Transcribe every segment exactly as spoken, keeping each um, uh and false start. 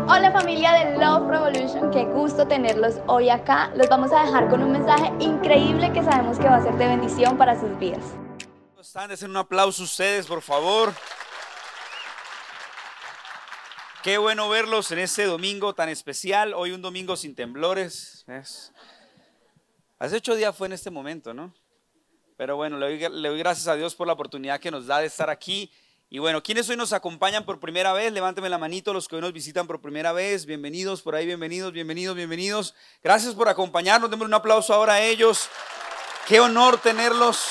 Hola familia de Love Revolution, qué gusto tenerlos hoy acá. Los vamos a dejar con un mensaje increíble que sabemos que va a ser de bendición para sus vidas. Están, desen un aplauso ustedes, por favor. Qué bueno verlos en este domingo tan especial. Hoy un domingo sin temblores. ¿Ves? Hace ocho días fue en este momento, ¿no? Pero bueno, le doy, le doy gracias a Dios por la oportunidad que nos da de estar aquí. Y bueno, ¿quiénes hoy nos acompañan por primera vez? Levánteme la manito los que hoy nos visitan por primera vez. Bienvenidos por ahí, bienvenidos, bienvenidos, bienvenidos. Gracias por acompañarnos. Démosle un aplauso ahora a ellos. Qué honor tenerlos.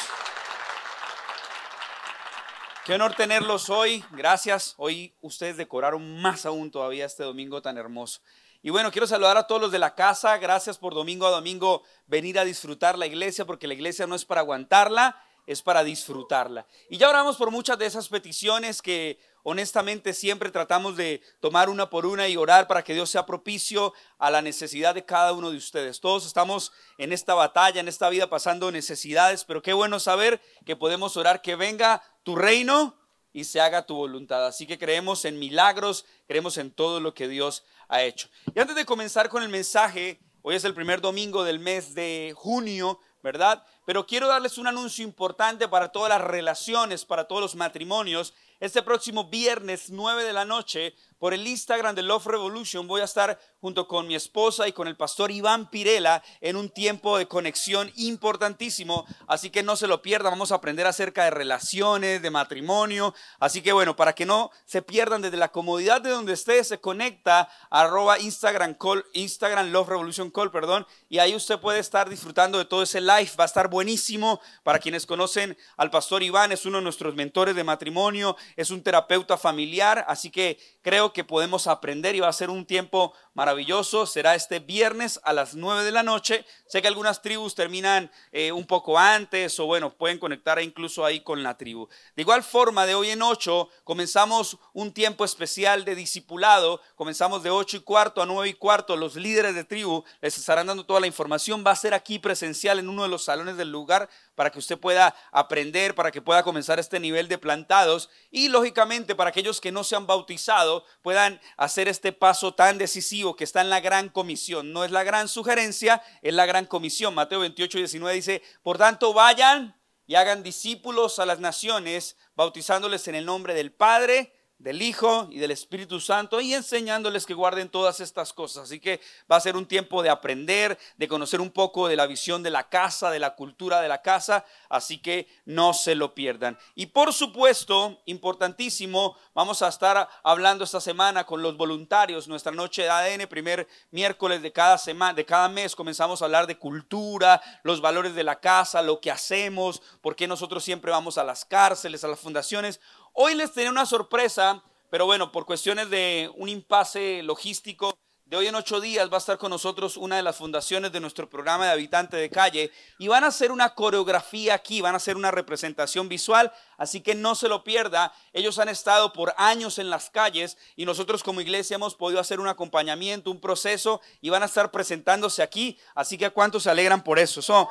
Qué honor tenerlos hoy. Gracias. Hoy ustedes decoraron más aún todavía este domingo tan hermoso. Y bueno, quiero saludar a todos los de la casa. Gracias por domingo a domingo venir a disfrutar la iglesia, porque la iglesia no es para aguantarla, es para disfrutarla. Y ya oramos por muchas de esas peticiones que honestamente siempre tratamos de tomar una por una y orar para que Dios sea propicio a la necesidad de cada uno de ustedes. Todos estamos en esta batalla, en esta vida pasando necesidades, pero qué bueno saber que podemos orar que venga tu reino y se haga tu voluntad. Así que creemos en milagros, creemos en todo lo que Dios ha hecho. Y antes de comenzar con el mensaje, hoy es el primer domingo del mes de junio, ¿verdad? Pero quiero darles un anuncio importante para todas las relaciones, para todos los matrimonios. Este próximo viernes nueve de la noche, por el Instagram de Love Revolution, voy a estar junto con mi esposa y con el pastor Iván Pirela en un tiempo de conexión importantísimo. Así que no se lo pierdan, vamos a aprender acerca de relaciones, de matrimonio. Así que bueno, para que no se pierdan, desde la comodidad de donde esté, se conecta a arroba Instagram, call, Instagram Love Revolution Call, perdón. Y ahí usted puede estar disfrutando de todo ese live, va a estar buenísimo. Para quienes conocen al pastor Iván, es uno de nuestros mentores de matrimonio, es un terapeuta familiar, así que creo que podemos aprender y va a ser un tiempo maravilloso. Será este viernes a las nueve de la noche. Sé que algunas tribus terminan eh, un poco antes o bueno, pueden conectar incluso ahí con la tribu. De igual forma, de hoy en ocho comenzamos un tiempo especial de discipulado. Comenzamos de ocho y cuarto a nueve y cuarto. Los líderes de tribu les estarán dando toda la información. Va a ser aquí presencial en uno de los salones del lugar para que usted pueda aprender, para que pueda comenzar este nivel de plantados y lógicamente para aquellos que no se han bautizado puedan hacer este paso tan decisivo que está en la gran comisión. No es la gran sugerencia, es la gran comisión. Mateo veintiocho, diecinueve dice: por tanto vayan y hagan discípulos a las naciones, bautizándoles en el nombre del Padre, del Hijo y del Espíritu Santo y enseñándoles que guarden todas estas cosas. Así que va a ser un tiempo de aprender, de conocer un poco de la visión de la casa, de la cultura de la casa, así que no se lo pierdan. Y por supuesto, importantísimo, vamos a estar hablando esta semana con los voluntarios, nuestra noche de A D N, primer miércoles de cada semana, de cada mes, comenzamos a hablar de cultura, los valores de la casa, lo que hacemos, por qué nosotros siempre vamos a las cárceles, a las fundaciones. Hoy les tenía una sorpresa, pero bueno, por cuestiones de un impasse logístico, de hoy en ocho días va a estar con nosotros una de las fundaciones de nuestro programa de Habitante de Calle y van a hacer una coreografía aquí, van a hacer una representación visual, así que no se lo pierda. Ellos han estado por años en las calles y nosotros como iglesia hemos podido hacer un acompañamiento, un proceso y van a estar presentándose aquí, así que ¿a cuántos se alegran por eso? So,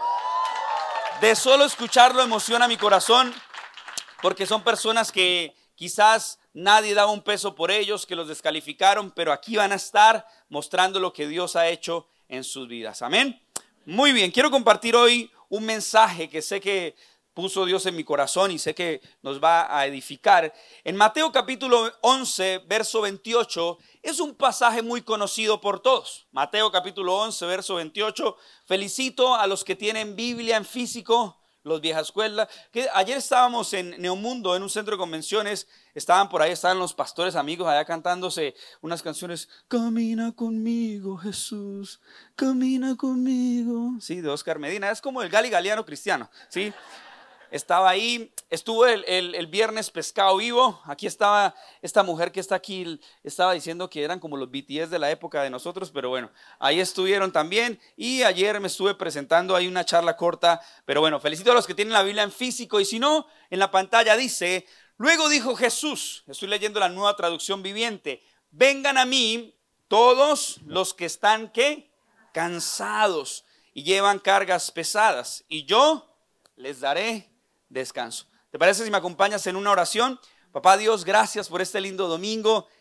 de solo escucharlo emociona mi corazón, porque son personas que quizás nadie daba un peso por ellos, que los descalificaron, pero aquí van a estar mostrando lo que Dios ha hecho en sus vidas. Amén. Muy bien, quiero compartir hoy un mensaje que sé que puso Dios en mi corazón y sé que nos va a edificar. En Mateo capítulo once, verso veintiocho, es un pasaje muy conocido por todos. Mateo capítulo once, verso veintiocho. Felicito a los que tienen Biblia en físico, los vieja escuela, que ayer estábamos en Neomundo, en un centro de convenciones, estaban por ahí, estaban los pastores amigos allá cantándose unas canciones, camina conmigo Jesús, camina conmigo, sí, de Oscar Medina, es como el Gali Galiano cristiano, sí. Estaba ahí, estuvo el, el, el viernes Pescado Vivo. Aquí estaba esta mujer que está aquí, estaba diciendo que eran como los B T S de la época de nosotros, pero bueno, ahí estuvieron también. Y ayer me estuve presentando ahí una charla corta, pero bueno, felicito a los que tienen la Biblia en físico y si no, en la pantalla dice: luego dijo Jesús, estoy leyendo la Nueva Traducción Viviente, vengan a mí todos los que están, ¿qué? Cansados y llevan cargas pesadas y yo les daré descanso. ¿Te parece si me acompañas en una oración? Papá Dios, gracias por este lindo domingo.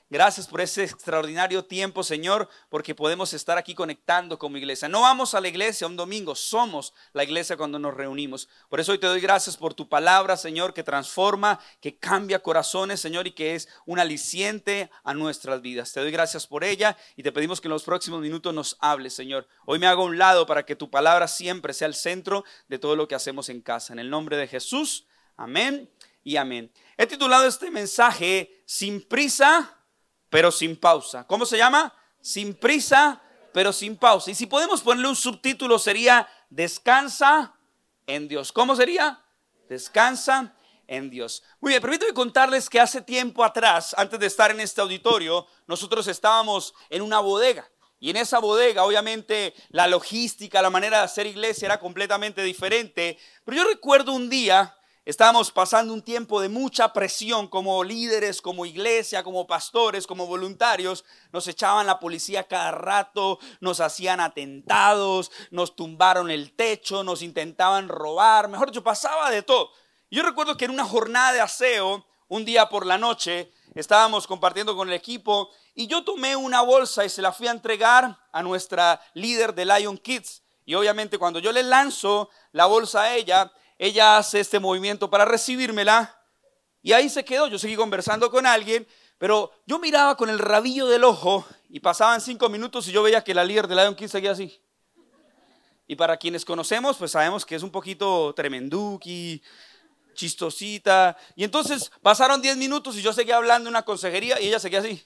Gracias por ese extraordinario tiempo, Señor, porque podemos estar aquí conectando como iglesia. No vamos a la iglesia un domingo, somos la iglesia cuando nos reunimos. Por eso hoy te doy gracias por tu palabra, Señor, que transforma, que cambia corazones, Señor, y que es un aliciente a nuestras vidas. Te doy gracias por ella y te pedimos que en los próximos minutos nos hables, Señor. Hoy me hago a un lado para que tu palabra siempre sea el centro de todo lo que hacemos en casa. En el nombre de Jesús, amén y amén. He titulado este mensaje, Sin prisa, pero sin pausa. ¿Cómo se llama? Sin prisa, pero sin pausa. Y si podemos ponerle un subtítulo sería Descansa en Dios. ¿Cómo sería? Descansa en Dios. Muy bien, permítame contarles que hace tiempo atrás, antes de estar en este auditorio, nosotros estábamos en una bodega. Y en esa bodega, obviamente, la logística, la manera de hacer iglesia era completamente diferente. Pero yo recuerdo un día, estábamos pasando un tiempo de mucha presión como líderes, como iglesia, como pastores, como voluntarios. Nos echaban la policía cada rato, nos hacían atentados, nos tumbaron el techo, nos intentaban robar. Mejor dicho, pasaba de todo. Yo recuerdo que en una jornada de aseo, un día por la noche, estábamos compartiendo con el equipo y yo tomé una bolsa y se la fui a entregar a nuestra líder de Lion Kids. Y obviamente cuando yo le lanzo la bolsa a ella, ella hace este movimiento para recibírmela y ahí se quedó. Yo seguí conversando con alguien, pero yo miraba con el rabillo del ojo y pasaban cinco minutos y yo veía que la líder de Lion Kids seguía así. Y para quienes conocemos, pues sabemos que es un poquito tremenduki, chistosita. Y entonces pasaron diez minutos y yo seguía hablando en una consejería y ella seguía así.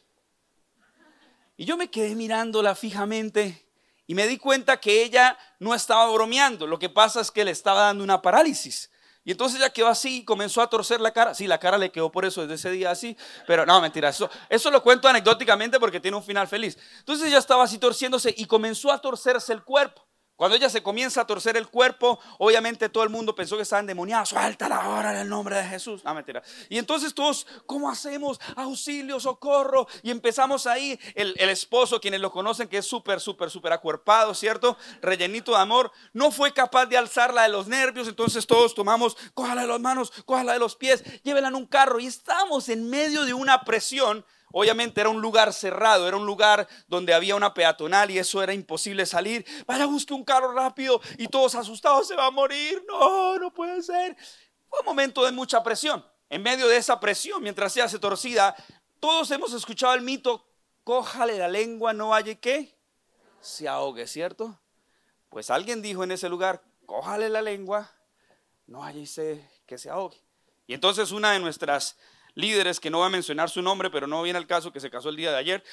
Y yo me quedé mirándola fijamente. Y me di cuenta que ella no estaba bromeando. Lo que pasa es que le estaba dando una parálisis. Y entonces ella quedó así y comenzó a torcer la cara. Sí, la cara le quedó por eso desde ese día así. Pero no, mentira. Eso, eso lo cuento anecdóticamente porque tiene un final feliz. Entonces ella estaba así torciéndose y comenzó a torcerse el cuerpo. Cuando ella se comienza a torcer el cuerpo, obviamente todo el mundo pensó que estaba endemoniada. Suéltala ahora en el nombre de Jesús. No, mentira. Y entonces todos, ¿cómo hacemos? Auxilio, socorro. Y empezamos ahí. El, el esposo, quienes lo conocen, que es súper, súper, súper acuerpado, ¿cierto? Rellenito de amor. No fue capaz de alzarla de los nervios. Entonces todos tomamos, cójala de las manos, cójala de los pies, llévela en un carro. Y estamos en medio de una presión. Obviamente era un lugar cerrado, era un lugar donde había una peatonal y eso era imposible salir. Vaya, busque un carro rápido y todos asustados, se va a morir. No, no puede ser. Fue un momento de mucha presión. En medio de esa presión, mientras se hace torcida, todos hemos escuchado el mito, cójale la lengua, no vaya que se ahogue, ¿cierto? Pues alguien dijo en ese lugar, cójale la lengua, no vaya que se ahogue. Y entonces una de nuestras líderes, que no va a mencionar su nombre, pero no viene al caso, que se casó el día de ayer,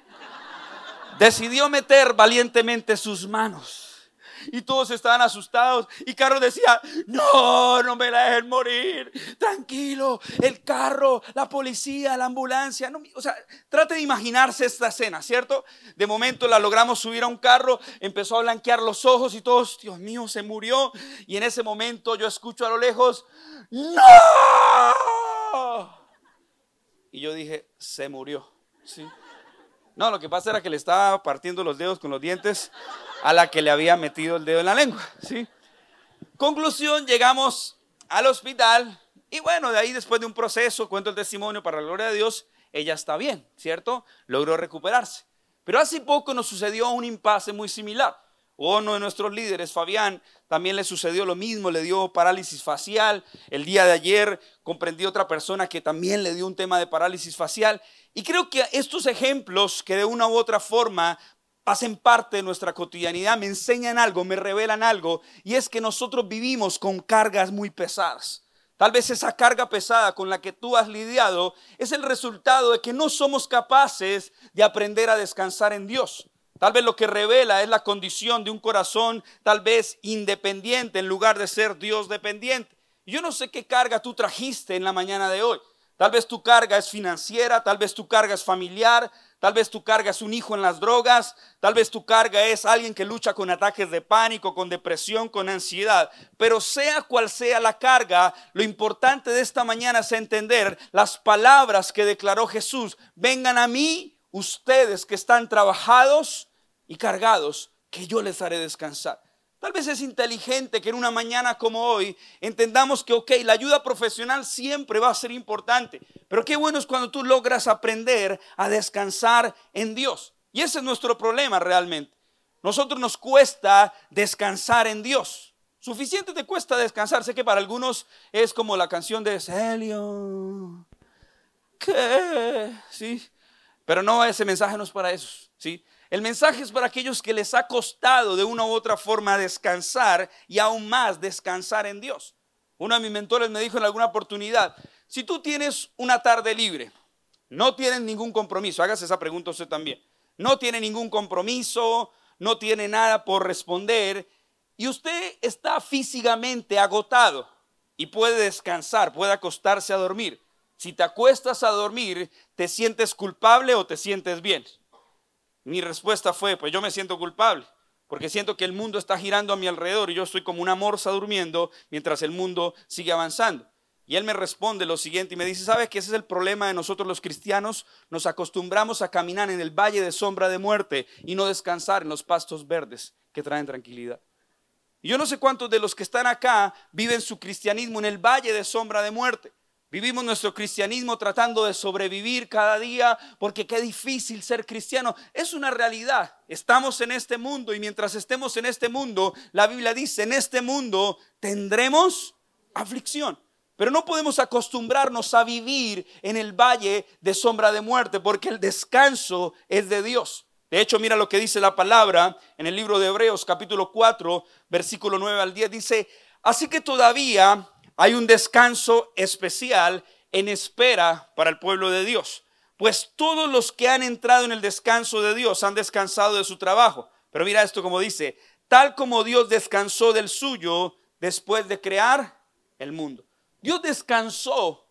decidió meter valientemente sus manos. Y todos estaban asustados. Y Carlos decía, no, no me la dejen morir. Tranquilo, el carro, la policía, la ambulancia. No, o sea, trate de imaginarse esta escena, ¿cierto? De momento la logramos subir a un carro, empezó a blanquear los ojos y todos, Dios mío, se murió. Y en ese momento yo escucho a lo lejos, ¡no! Y yo dije, se murió, ¿sí? No, lo que pasa era que le estaba partiendo los dedos con los dientes a la que le había metido el dedo en la lengua, ¿sí? Conclusión, llegamos al hospital y bueno, de ahí después de un proceso, cuento el testimonio para la gloria de Dios, ella está bien, ¿cierto? Logró recuperarse. Pero hace poco nos sucedió un impasse muy similar. Uno de nuestros líderes, Fabián, también le sucedió lo mismo, le dio parálisis facial. El día de ayer comprendí otra persona que también le dio un tema de parálisis facial. Y creo que estos ejemplos que de una u otra forma hacen parte de nuestra cotidianidad, me enseñan algo, me revelan algo. Y es que nosotros vivimos con cargas muy pesadas. Tal vez esa carga pesada con la que tú has lidiado es el resultado de que no somos capaces de aprender a descansar en Dios. Tal vez lo que revela es la condición de un corazón tal vez independiente en lugar de ser Dios dependiente. Yo no sé qué carga tú trajiste en la mañana de hoy. Tal vez tu carga es financiera, tal vez tu carga es familiar, tal vez tu carga es un hijo en las drogas, tal vez tu carga es alguien que lucha con ataques de pánico, con depresión, con ansiedad. Pero sea cual sea la carga, lo importante de esta mañana es entender las palabras que declaró Jesús. Vengan a mí ustedes que están trabajados y cargados, que yo les haré descansar. Tal vez es inteligente que en una mañana como hoy entendamos que, ok, la ayuda profesional siempre va a ser importante, pero qué bueno es cuando tú logras aprender a descansar en Dios. Y ese es nuestro problema realmente. Nosotros nos cuesta descansar en Dios. Suficiente te cuesta descansar. Sé que para algunos es como la canción de Celio. ¿Qué? Sí. Pero no, ese mensaje no es para esos, ¿sí? El mensaje es para aquellos que les ha costado de una u otra forma descansar y aún más descansar en Dios. Uno de mis mentores me dijo en alguna oportunidad, si tú tienes una tarde libre, no tienes ningún compromiso, hágase esa pregunta usted también, no tiene ningún compromiso, no tiene nada por responder y usted está físicamente agotado y puede descansar, puede acostarse a dormir. Si te acuestas a dormir, ¿te sientes culpable o te sientes bien? Mi respuesta fue, pues yo me siento culpable, porque siento que el mundo está girando a mi alrededor y yo estoy como una morsa durmiendo mientras el mundo sigue avanzando. Y él me responde lo siguiente y me dice, ¿sabes que ese es el problema de nosotros los cristianos? Nos acostumbramos a caminar en el valle de sombra de muerte y no descansar en los pastos verdes que traen tranquilidad. Y yo no sé cuántos de los que están acá viven su cristianismo en el valle de sombra de muerte. Vivimos nuestro cristianismo tratando de sobrevivir cada día porque qué difícil ser cristiano. Es una realidad. Estamos en este mundo y mientras estemos en este mundo, la Biblia dice, en este mundo tendremos aflicción. Pero no podemos acostumbrarnos a vivir en el valle de sombra de muerte porque el descanso es de Dios. De hecho, mira lo que dice la palabra en el libro de Hebreos capítulo cuatro, versículo nueve al diez. Dice, así que todavía hay un descanso especial en espera para el pueblo de Dios. Pues todos los que han entrado en el descanso de Dios han descansado de su trabajo. Pero mira esto como dice, tal como Dios descansó del suyo después de crear el mundo. Dios descansó.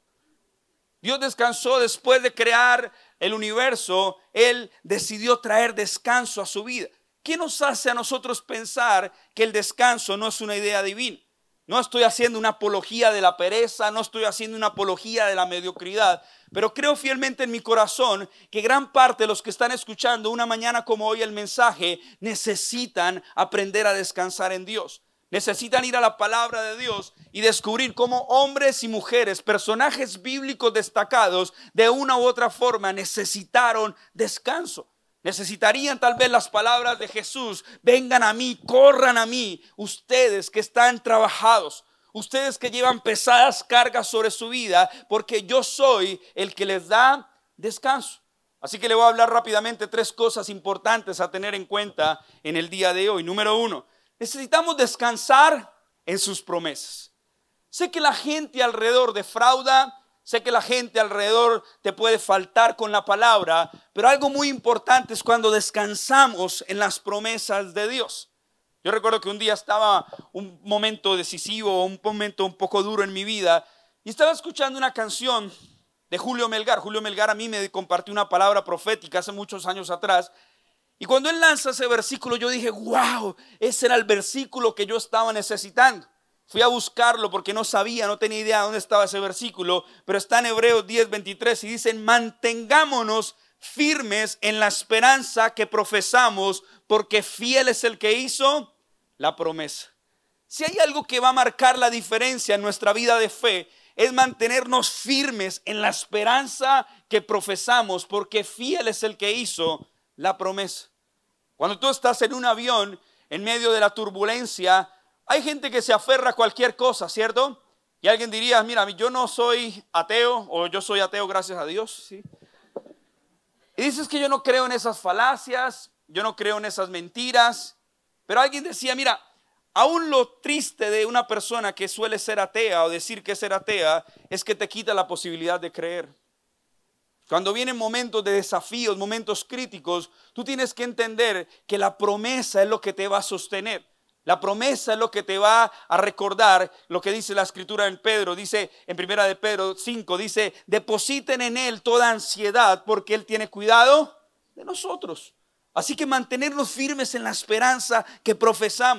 Dios descansó después de crear el universo. Él decidió traer descanso a su vida. ¿Qué nos hace a nosotros pensar que el descanso no es una idea divina? No estoy haciendo una apología de la pereza, no estoy haciendo una apología de la mediocridad, pero creo fielmente en mi corazón que gran parte de los que están escuchando una mañana como hoy el mensaje necesitan aprender a descansar en Dios. Necesitan ir a la palabra de Dios y descubrir cómo hombres y mujeres, personajes bíblicos destacados, de una u otra forma necesitaron descanso. Necesitarían tal vez las palabras de Jesús, vengan a mí, corran a mí, ustedes que están trabajados, ustedes que llevan pesadas cargas sobre su vida, porque yo soy el que les da descanso. Así que le voy a hablar rápidamente tres cosas importantes a tener en cuenta en el día de hoy. Número uno, necesitamos descansar en sus promesas. Sé que la gente alrededor defrauda. Sé que la gente alrededor te puede faltar con la palabra, pero algo muy importante es cuando descansamos en las promesas de Dios. Yo recuerdo que un día estaba un momento decisivo, un momento un poco duro en mi vida y estaba escuchando una canción de Julio Melgar. Julio Melgar a mí me compartió una palabra profética hace muchos años atrás y cuando él lanza ese versículo yo dije, wow, ese era el versículo que yo estaba necesitando. Fui a buscarlo porque no sabía, no tenía idea de dónde estaba ese versículo, pero está en Hebreos diez, veintitrés y dicen, mantengámonos firmes en la esperanza que profesamos, porque fiel es el que hizo la promesa. Si hay algo que va a marcar la diferencia en nuestra vida de fe, es mantenernos firmes en la esperanza que profesamos, porque fiel es el que hizo la promesa. Cuando tú estás en un avión, en medio de la turbulencia, hay gente que se aferra a cualquier cosa, ¿cierto? Y alguien diría, mira, yo no soy ateo, o yo soy ateo gracias a Dios, ¿sí? Y dices que yo no creo en esas falacias, yo no creo en esas mentiras, pero alguien decía, mira, aún lo triste de una persona que suele ser atea o decir que es ser atea es que te quita la posibilidad de creer. Cuando vienen momentos de desafíos, momentos críticos, tú tienes que entender que la promesa es lo que te va a sostener. La promesa es lo que te va a recordar lo que dice la escritura en Pedro. Dice en primera de Pedro cinco, dice, depositen en él toda ansiedad porque él tiene cuidado de nosotros. Así que mantenernos firmes en la esperanza que profesamos.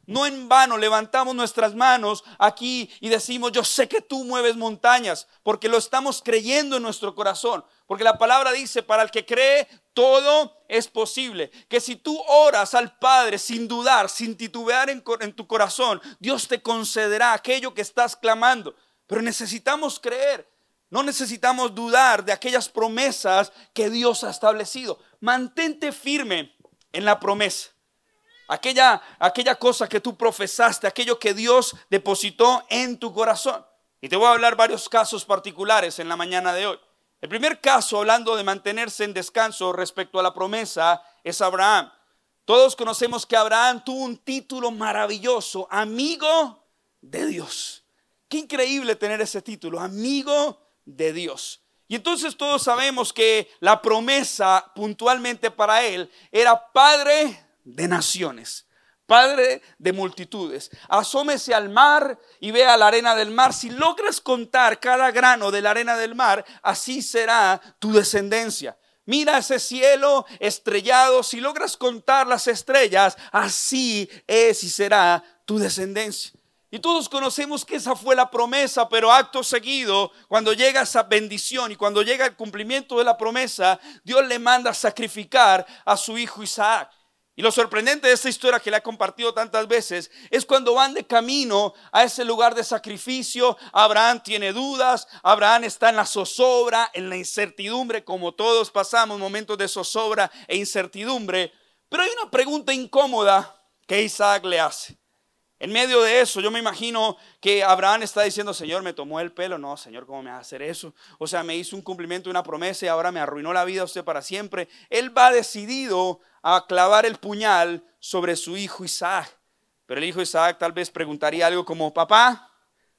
No en vano levantamos nuestras manos aquí y decimos, yo sé que tú mueves montañas, porque lo estamos creyendo en nuestro corazón. Porque la palabra dice, para el que cree, todo es posible. Que si tú oras al Padre sin dudar, sin titubear en, en tu corazón, Dios te concederá aquello que estás clamando. Pero necesitamos creer, no necesitamos dudar de aquellas promesas que Dios ha establecido. Mantente firme en la promesa. Aquella, aquella cosa que tú profesaste, aquello que Dios depositó en tu corazón. Y te voy a hablar varios casos particulares en la mañana de hoy. El primer caso, hablando de mantenerse en descanso respecto a la promesa, es Abraham. Todos conocemos que Abraham tuvo un título maravilloso, amigo de Dios. Qué increíble tener ese título, amigo de Dios. Y entonces todos sabemos que la promesa puntualmente para él era padre de naciones, padre de multitudes. Asómese al mar y vea la arena del mar. Si logras contar cada grano de la arena del mar, así será tu descendencia. Mira ese cielo estrellado, si logras contar las estrellas, así es y será tu descendencia. Y todos conocemos que esa fue la promesa, pero acto seguido, cuando llega esa bendición y cuando llega el cumplimiento de la promesa, Dios le manda a sacrificar a su hijo Isaac. Y lo sorprendente de esta historia que le he compartido tantas veces es cuando van de camino a ese lugar de sacrificio. Abraham tiene dudas, Abraham está en la zozobra, en la incertidumbre, como todos pasamos momentos de zozobra e incertidumbre. Pero hay una pregunta incómoda que Isaac le hace. En medio de eso, yo me imagino que Abraham está diciendo, Señor, me tomó el pelo. No, Señor, ¿cómo me va a hacer eso? O sea, me hizo un cumplimiento de una promesa y ahora me arruinó la vida a usted para siempre. Él va decidido a clavar el puñal sobre su hijo Isaac. Pero el hijo Isaac tal vez preguntaría algo como, papá,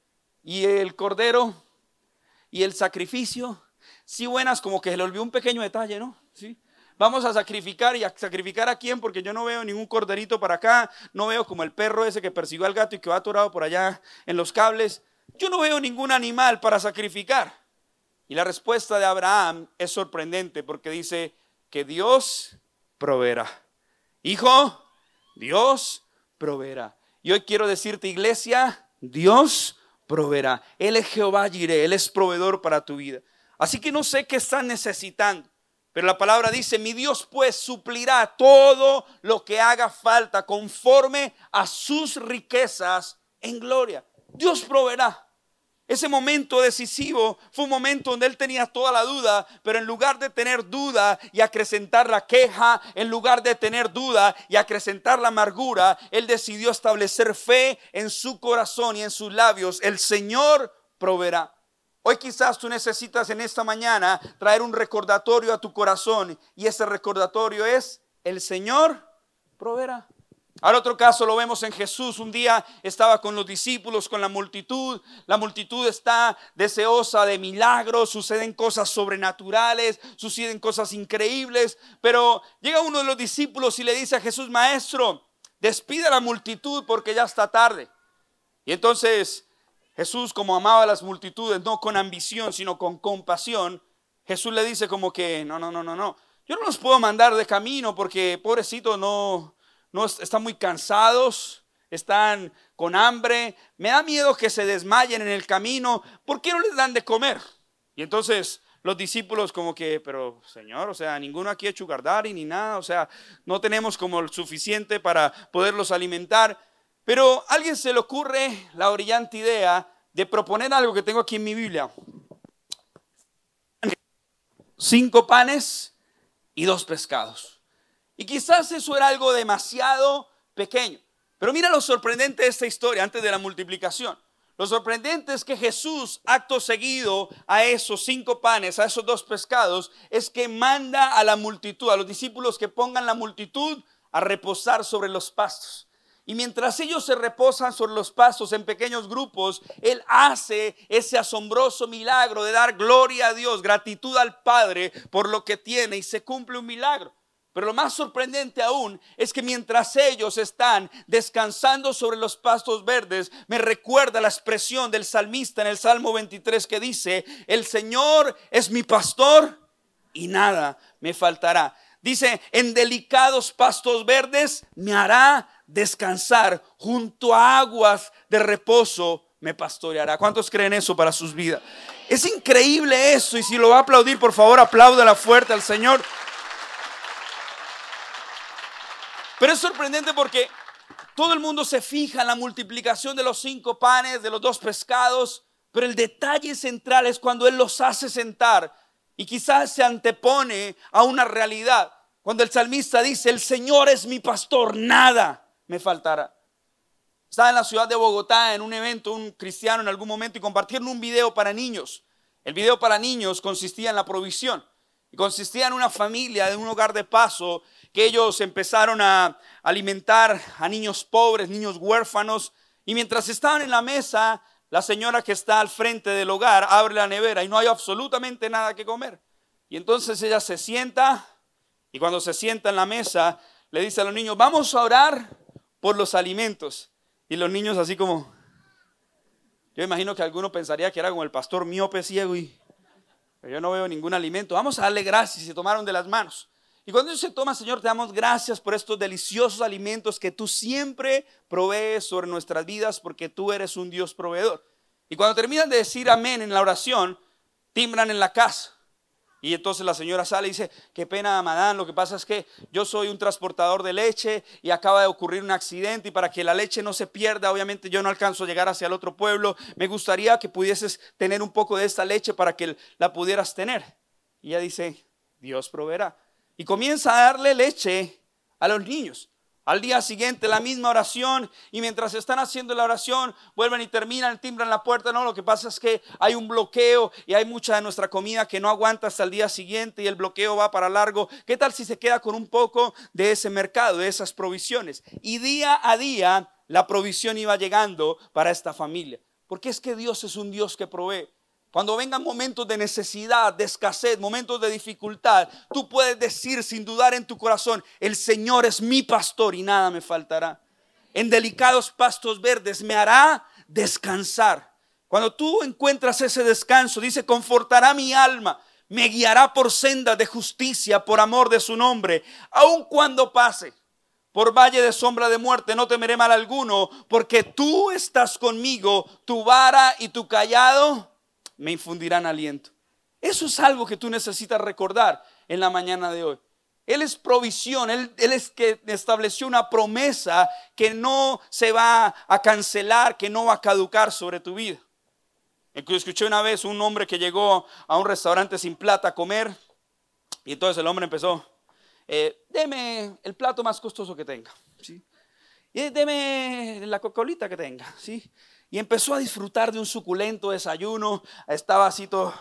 ¿y el cordero? ¿Y el sacrificio? Sí, buenas, como que se le olvidó un pequeño detalle, ¿no? Sí. Vamos a sacrificar, ¿y a sacrificar a quién? Porque yo no veo ningún corderito para acá, no veo como el perro ese que persiguió al gato y que va atorado por allá en los cables. Yo no veo ningún animal para sacrificar. Y la respuesta de Abraham es sorprendente porque dice que Dios proveerá. Hijo, Dios proveerá. Y hoy quiero decirte, iglesia, Dios proveerá. Él es Jehová Jireh, Él es proveedor para tu vida. Así que no sé qué estás necesitando. Pero la palabra dice, mi Dios pues suplirá todo lo que haga falta conforme a sus riquezas en gloria. Dios proveerá. Ese momento decisivo fue un momento donde él tenía toda la duda, pero en lugar de tener duda y acrecentar la queja, en lugar de tener duda y acrecentar la amargura, él decidió establecer fe en su corazón y en sus labios. El Señor proveerá. Hoy quizás tú necesitas en esta mañana traer un recordatorio a tu corazón y ese recordatorio es el Señor proveerá. Ahora otro caso lo vemos en Jesús. Un día estaba con los discípulos, con la multitud. La multitud está deseosa de milagros, suceden cosas sobrenaturales, suceden cosas increíbles. Pero llega uno de los discípulos y le dice a Jesús, maestro, despide a la multitud porque ya está tarde. Y entonces Jesús, como amaba a las multitudes, no con ambición, sino con compasión, Jesús le dice como que, no, no, no, no, no. Yo no los puedo mandar de camino porque, pobrecitos, no, no están muy cansados, están con hambre. Me da miedo que se desmayen en el camino. ¿Por qué no les dan de comer? Y entonces los discípulos como que, pero Señor, o sea, ninguno aquí es sugar daddy ni nada. O sea, no tenemos como el suficiente para poderlos alimentar. Pero a alguien se le ocurre la brillante idea de proponer algo que tengo aquí en mi Biblia. Cinco panes y dos pescados. Y quizás eso era algo demasiado pequeño. Pero mira lo sorprendente de esta historia antes de la multiplicación. Lo sorprendente es que Jesús, acto seguido a esos cinco panes, a esos dos pescados, es que manda a la multitud, a los discípulos que pongan la multitud a reposar sobre los pastos. Y mientras ellos se reposan sobre los pastos en pequeños grupos, Él hace ese asombroso milagro de dar gloria a Dios, gratitud al Padre por lo que tiene y se cumple un milagro. Pero lo más sorprendente aún es que mientras ellos están descansando sobre los pastos verdes, me recuerda la expresión del salmista en el Salmo veintitrés que dice, el Señor es mi pastor y nada me faltará. Dice, en delicados pastos verdes me hará descansar, junto a aguas de reposo me pastoreará. ¿Cuántos creen eso para sus vidas? Es increíble eso, y si lo va a aplaudir, por favor, apláudala fuerte al Señor. Pero es sorprendente porque todo el mundo se fija en la multiplicación de los cinco panes, de los dos pescados, pero el detalle central es cuando Él los hace sentar y quizás se antepone a una realidad. Cuando el salmista dice, el Señor es mi pastor, nada me faltará. Estaba en la ciudad de Bogotá en un evento, un cristiano en algún momento, y compartieron un video para niños. El video para niños consistía en la provisión. Y consistía en una familia de un hogar de paso que ellos empezaron a alimentar a niños pobres, niños huérfanos. Y mientras estaban en la mesa, la señora que está al frente del hogar abre la nevera y no hay absolutamente nada que comer. Y entonces ella se sienta, y cuando se sienta en la mesa, le dice a los niños, vamos a orar por los alimentos. Y los niños así como, yo imagino que alguno pensaría que era como el pastor miope ciego y pero yo no veo ningún alimento. Vamos a darle gracias. Y se tomaron de las manos. Y cuando ellos se toman, Señor, te damos gracias por estos deliciosos alimentos que tú siempre provees sobre nuestras vidas, porque tú eres un Dios proveedor. Y cuando terminan de decir amén en la oración, timbran en la casa. Y entonces la señora sale y dice, qué pena, madame, lo que pasa es que yo soy un transportador de leche y acaba de ocurrir un accidente, y para que la leche no se pierda, obviamente yo no alcanzo a llegar hacia el otro pueblo, me gustaría que pudieses tener un poco de esta leche para que la pudieras tener. Y ella dice, Dios proveerá. Y comienza a darle leche a los niños. Al día siguiente la misma oración, y mientras están haciendo la oración vuelven y terminan, timbran la puerta. No, lo que pasa es que hay un bloqueo y hay mucha de nuestra comida que no aguanta hasta el día siguiente y el bloqueo va para largo. ¿Qué tal si se queda con un poco de ese mercado, de esas provisiones? Y día a día la provisión iba llegando para esta familia, porque es que Dios es un Dios que provee. Cuando vengan momentos de necesidad, de escasez, momentos de dificultad, tú puedes decir sin dudar en tu corazón, el Señor es mi pastor y nada me faltará. En delicados pastos verdes me hará descansar. Cuando tú encuentras ese descanso, dice, confortará mi alma, me guiará por sendas de justicia, por amor de su nombre. Aun cuando pase por valle de sombra de muerte, no temeré mal alguno, porque tú estás conmigo, tu vara y tu cayado me infundirán aliento. Eso es algo que tú necesitas recordar en la mañana de hoy. Él es provisión, Él, él es que estableció una promesa que no se va a cancelar, que no va a caducar sobre tu vida. Escuché una vez un hombre que llegó a un restaurante sin plata a comer, y entonces el hombre empezó, eh, deme el plato más costoso que tenga, ¿sí? Y deme la cocolita que tenga, ¿sí? Y empezó a disfrutar de un suculento desayuno. Estaba así todo,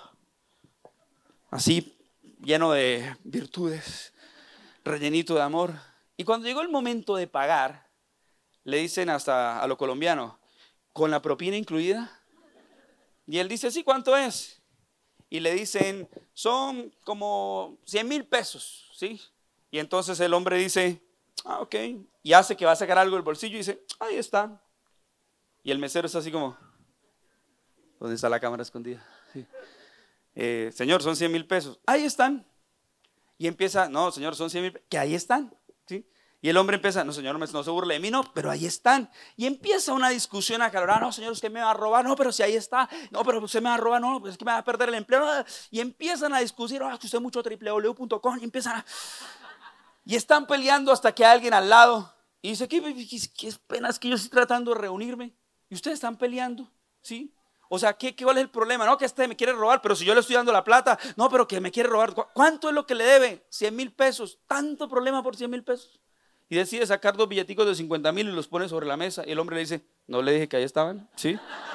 así lleno de virtudes, rellenito de amor. Y cuando llegó el momento de pagar, le dicen hasta a lo colombiano, ¿con la propina incluida? Y él dice, sí, ¿cuánto es? Y le dicen, son como cien mil pesos, ¿sí? Y entonces el hombre dice, ah, ok. Y hace que va a sacar algo del bolsillo y dice, ahí está. Y el mesero está así como, ¿dónde está la cámara escondida? Sí. Eh, señor, son cien mil pesos. Ahí están. Y empieza, no, señor, son cien mil pesos. Que ahí están. ¿Sí? Y el hombre empieza, no, señor, no se burle de mí, no, pero ahí están. Y empieza una discusión acalorada, no, señor, usted me va a robar, no, pero si ahí está, no, pero usted me va a robar, no, pues es que me va a perder el empleo. No. Y empiezan a discutir, ah, que usted mucho w w w punto com, y empiezan a... Y están peleando hasta que alguien al lado y dice, qué, qué, qué pena, es que yo estoy tratando de reunirme. Y ustedes están peleando, ¿sí? O sea, ¿qué, qué, ¿cuál es el problema? No, que este me quiere robar, pero si yo le estoy dando la plata, no, pero que me quiere robar. ¿Cuánto es lo que le debe? cien mil pesos. ¿Tanto problema por cien mil pesos? Y decide sacar dos billeticos de cincuenta mil y los pone sobre la mesa. Y el hombre le dice, ¿no le dije que ahí estaban? ¿Sí?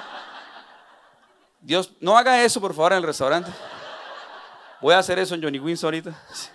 Dios, no haga eso, por favor, en el restaurante. Voy a hacer eso en Johnny Wins ahorita. Sí.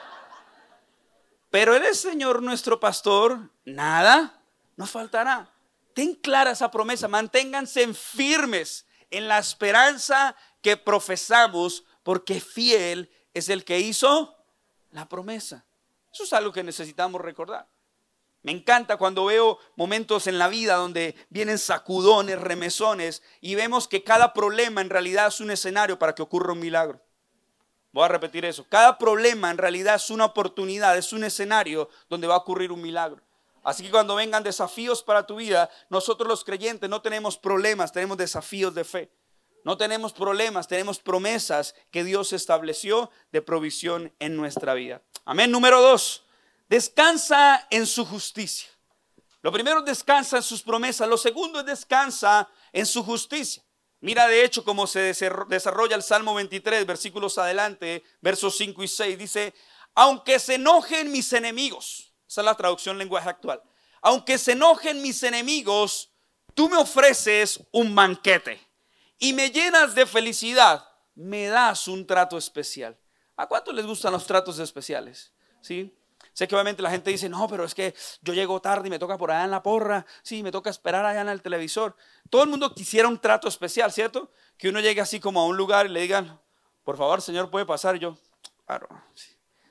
Pero Él es, Señor, nuestro pastor, nada nos faltará. Ten clara esa promesa, manténganse firmes en la esperanza que profesamos, porque fiel es el que hizo la promesa. Eso es algo que necesitamos recordar. Me encanta cuando veo momentos en la vida donde vienen sacudones, remesones, y vemos que cada problema en realidad es un escenario para que ocurra un milagro. Voy a repetir eso. Cada problema en realidad es una oportunidad, es un escenario donde va a ocurrir un milagro. Así que cuando vengan desafíos para tu vida, nosotros los creyentes no tenemos problemas, tenemos desafíos de fe. No tenemos problemas, tenemos promesas que Dios estableció de provisión en nuestra vida. Amén. Número dos, descansa en su justicia. Lo primero es descansa en sus promesas. Lo segundo es descansa en su justicia. Mira de hecho cómo se desarrolla el Salmo veintitrés, versículos adelante, versos cinco y seis. Dice, aunque se enojen mis enemigos. Esa es la traducción lenguaje actual. Aunque se enojen mis enemigos, tú me ofreces un banquete y me llenas de felicidad. Me das un trato especial. ¿A cuántos les gustan los tratos especiales? ¿Sí? Sé que obviamente la gente dice, no, pero es que yo llego tarde y me toca por allá en la porra. Sí, me toca esperar allá en el televisor. Todo el mundo quisiera un trato especial, ¿cierto? Que uno llegue así como a un lugar y le digan, por favor, señor, ¿puede pasar? Y yo, claro, sí.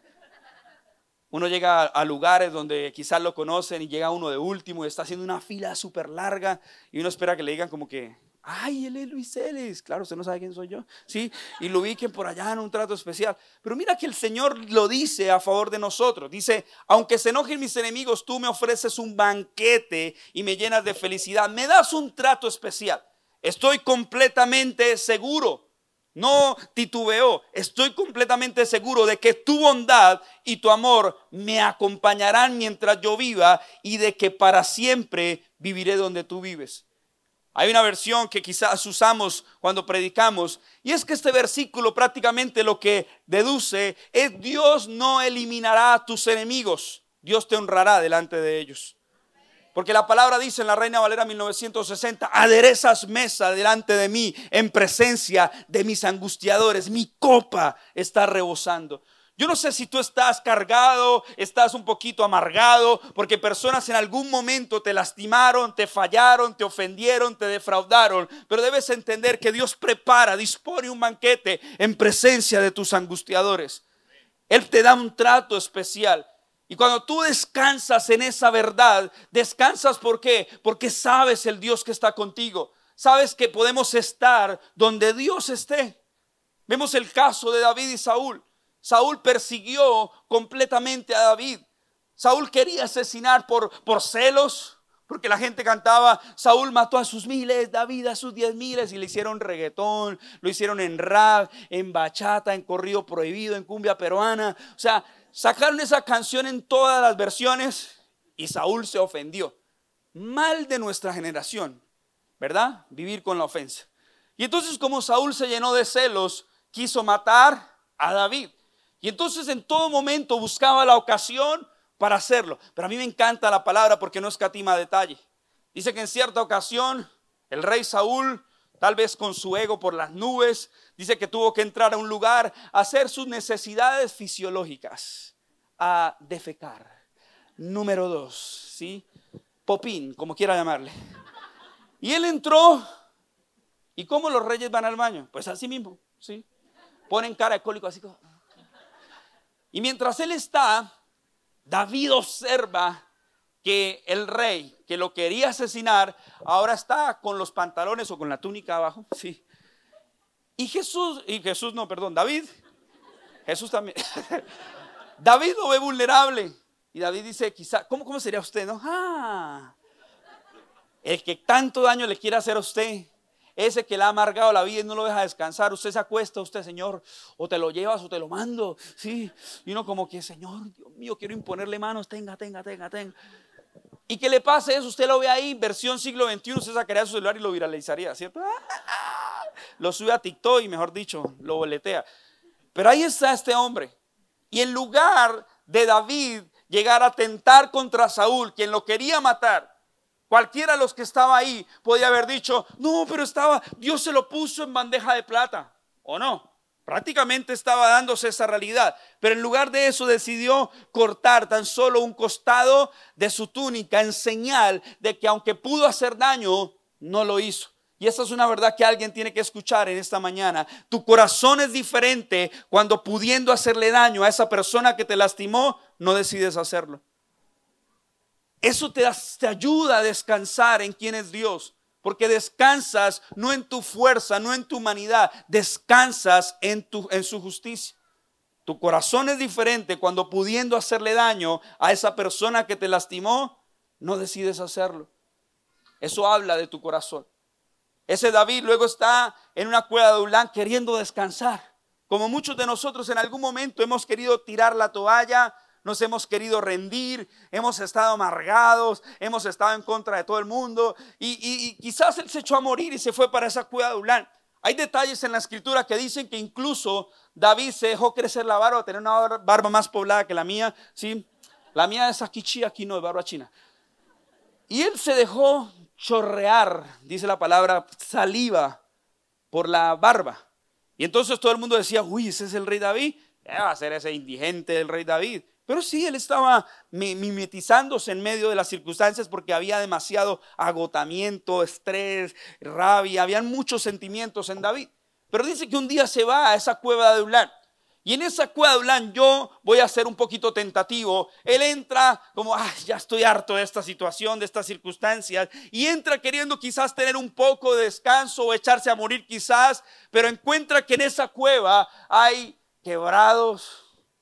Uno llega a lugares donde quizás lo conocen y llega uno de último y está haciendo una fila súper larga y uno espera que le digan como que, ay, él es Luis Celes. Claro, usted no sabe quién soy yo, ¿sí? Y lo ubiquen por allá en un trato especial. Pero mira que el Señor lo dice a favor de nosotros. Dice, aunque se enojen mis enemigos, tú me ofreces un banquete y me llenas de felicidad. Me das un trato especial. Estoy completamente seguro. No titubeo, estoy completamente seguro de que tu bondad y tu amor me acompañarán mientras yo viva y de que para siempre viviré donde tú vives. Hay una versión que quizás usamos cuando predicamos y es que este versículo prácticamente lo que deduce es Dios no eliminará a tus enemigos, Dios te honrará delante de ellos. Porque la palabra dice en la Reina Valera mil novecientos sesenta, aderezas mesa delante de mí en presencia de mis angustiadores, mi copa está rebosando. Yo no sé si tú estás cargado, estás un poquito amargado, porque personas en algún momento te lastimaron, te fallaron, te ofendieron, te defraudaron. Pero debes entender que Dios prepara, dispone un banquete en presencia de tus angustiadores. Él te da un trato especial. Y cuando tú descansas en esa verdad, descansas ¿por qué? Porque sabes el Dios que está contigo. Sabes que podemos estar donde Dios esté. Vemos el caso de David y Saúl. Saúl persiguió completamente a David. Saúl quería asesinar por, por celos, porque la gente cantaba, Saúl mató a sus miles, David a sus diez miles, y le hicieron reggaetón, lo hicieron en rap, en bachata, en corrido prohibido, en cumbia peruana. O sea, sacaron esa canción en todas las versiones y Saúl se ofendió. Mal de nuestra generación, ¿verdad? Vivir con la ofensa. Y entonces como Saúl se llenó de celos, quiso matar a David. Y entonces en todo momento buscaba la ocasión para hacerlo. Pero a mí me encanta la palabra porque no escatima detalle. Dice que en cierta ocasión el rey Saúl, tal vez con su ego por las nubes, dice que tuvo que entrar a un lugar a hacer sus necesidades fisiológicas, a defecar. Número dos, ¿sí? Popín, como quiera llamarle. Y él entró. ¿Y cómo los reyes van al baño? Pues así mismo, ¿sí? Ponen cara de cólico así como. Y mientras él está, David observa que el rey que lo quería asesinar ahora está con los pantalones o con la túnica abajo, sí. Y Jesús, y Jesús no, perdón, David, Jesús también. David lo ve vulnerable y David dice, quizá, ¿cómo, cómo sería usted? No, ah, el que tanto daño le quiere hacer a usted. Ese que le ha amargado la vida y no lo deja descansar. Usted se acuesta, usted, Señor, o te lo llevas o te lo mando. Sí. Y uno como que, Señor, Dios mío, quiero imponerle manos. Tenga, tenga, tenga, tenga. Y que le pase eso, usted lo ve ahí, versión siglo veintiuno, usted sacaría su celular y lo viralizaría, ¿cierto? Lo sube a TikTok y mejor dicho, lo boletea. Pero ahí está este hombre. Y en lugar de David llegar a tentar contra Saúl, quien lo quería matar, cualquiera de los que estaba ahí podía haber dicho, no, pero estaba, Dios se lo puso en bandeja de plata, ¿o no? Prácticamente estaba dándose esa realidad, pero en lugar de eso decidió cortar tan solo un costado de su túnica en señal de que aunque pudo hacer daño, no lo hizo. Y esa es una verdad que alguien tiene que escuchar en esta mañana. Tu corazón es diferente cuando pudiendo hacerle daño a esa persona que te lastimó, no decides hacerlo. Eso te, te ayuda a descansar en quién es Dios. Porque descansas no en tu fuerza, no en tu humanidad. Descansas en, tu, en su justicia. Tu corazón es diferente cuando, pudiendo hacerle daño a esa persona que te lastimó, no decides hacerlo. Eso habla de tu corazón. Ese David luego está en una cueva de Adulán queriendo descansar. Como muchos de nosotros en algún momento hemos querido tirar la toalla, nos hemos querido rendir, hemos estado amargados, hemos estado en contra de todo el mundo y, y, y quizás él se echó a morir y se fue para esa cueva de Adulán. Hay detalles en la escritura que dicen que incluso David se dejó crecer la barba, tener una barba más poblada que la mía, ¿sí? La mía es aquí chía, aquí no, es barba china. Y él se dejó chorrear, dice la palabra, saliva por la barba. Y entonces todo el mundo decía, uy, ese es el rey David, ¿qué va a ser ese indigente del rey David? Pero sí, él estaba mimetizándose en medio de las circunstancias porque había demasiado agotamiento, estrés, rabia, habían muchos sentimientos en David. Pero dice que un día se va a esa cueva de Adulán. Y en esa cueva de Adulán yo voy a ser un poquito tentativo. Él entra como, ay, ya estoy harto de esta situación, de estas circunstancias. Y entra queriendo quizás tener un poco de descanso o echarse a morir quizás. Pero encuentra que en esa cueva hay quebrados,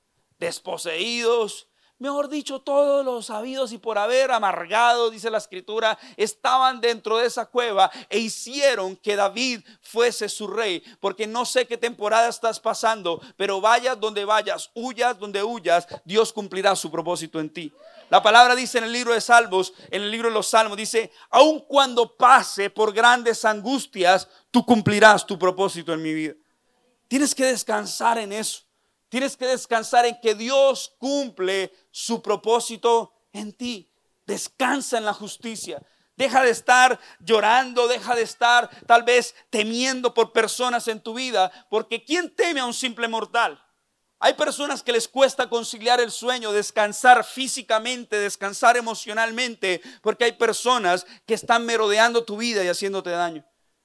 desposeídos, mejor dicho, todos los habidos y por haber, amargados, dice la escritura, estaban dentro de esa cueva e hicieron que David fuese su rey. Porque no sé qué temporada estás pasando, pero vayas donde vayas, huyas donde huyas, Dios cumplirá su propósito en ti. La palabra dice en el libro de Salmos, en el libro de los Salmos, dice, aun cuando pase por grandes angustias, tú cumplirás tu propósito en mi vida. Tienes que descansar en eso. Tienes que descansar en que Dios cumple su propósito en ti. Descansa en la justicia. Deja de estar llorando, deja de estar tal vez temiendo por personas en tu vida, porque ¿quién teme a un simple mortal? Hay personas que les cuesta conciliar el sueño, descansar físicamente, descansar emocionalmente, porque hay personas que están merodeando tu vida y haciéndote daño.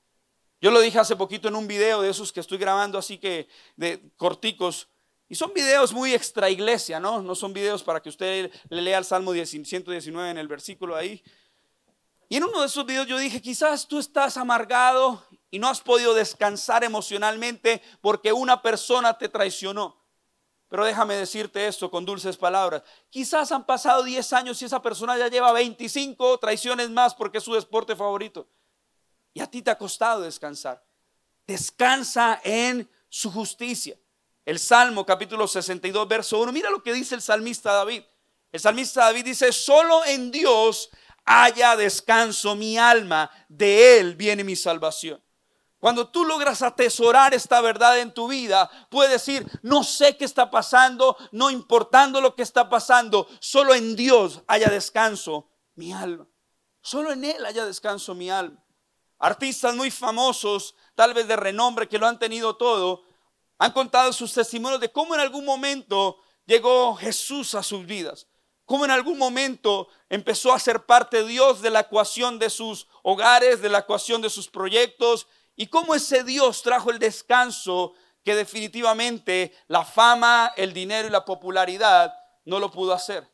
Yo lo dije hace poquito en un video de esos que estoy grabando, así que de corticos. Y son videos muy extra iglesia, ¿no? No son videos para que usted le lea el Salmo ciento diecinueve en el versículo ahí. Y en uno de esos videos yo dije, quizás tú estás amargado y no has podido descansar emocionalmente porque una persona te traicionó. Pero déjame decirte esto con dulces palabras. Quizás han pasado diez años y esa persona ya lleva veinticinco traiciones más porque es su deporte favorito. Y a ti te ha costado descansar. Descansa en su justicia. El Salmo capítulo sesenta y dos verso uno, mira lo que dice el salmista David. El salmista David dice, solo en Dios haya descanso mi alma, de Él viene mi salvación. Cuando tú logras atesorar esta verdad en tu vida, puedes decir, no sé qué está pasando, no importando lo que está pasando, solo en Dios haya descanso mi alma. Solo en Él haya descanso mi alma. Artistas muy famosos, tal vez de renombre, que lo han tenido todo, han contado sus testimonios de cómo en algún momento llegó Jesús a sus vidas. Cómo en algún momento empezó a ser parte de Dios de la ecuación de sus hogares, de la ecuación de sus proyectos. Y cómo ese Dios trajo el descanso que definitivamente la fama, el dinero y la popularidad no lo pudo hacer.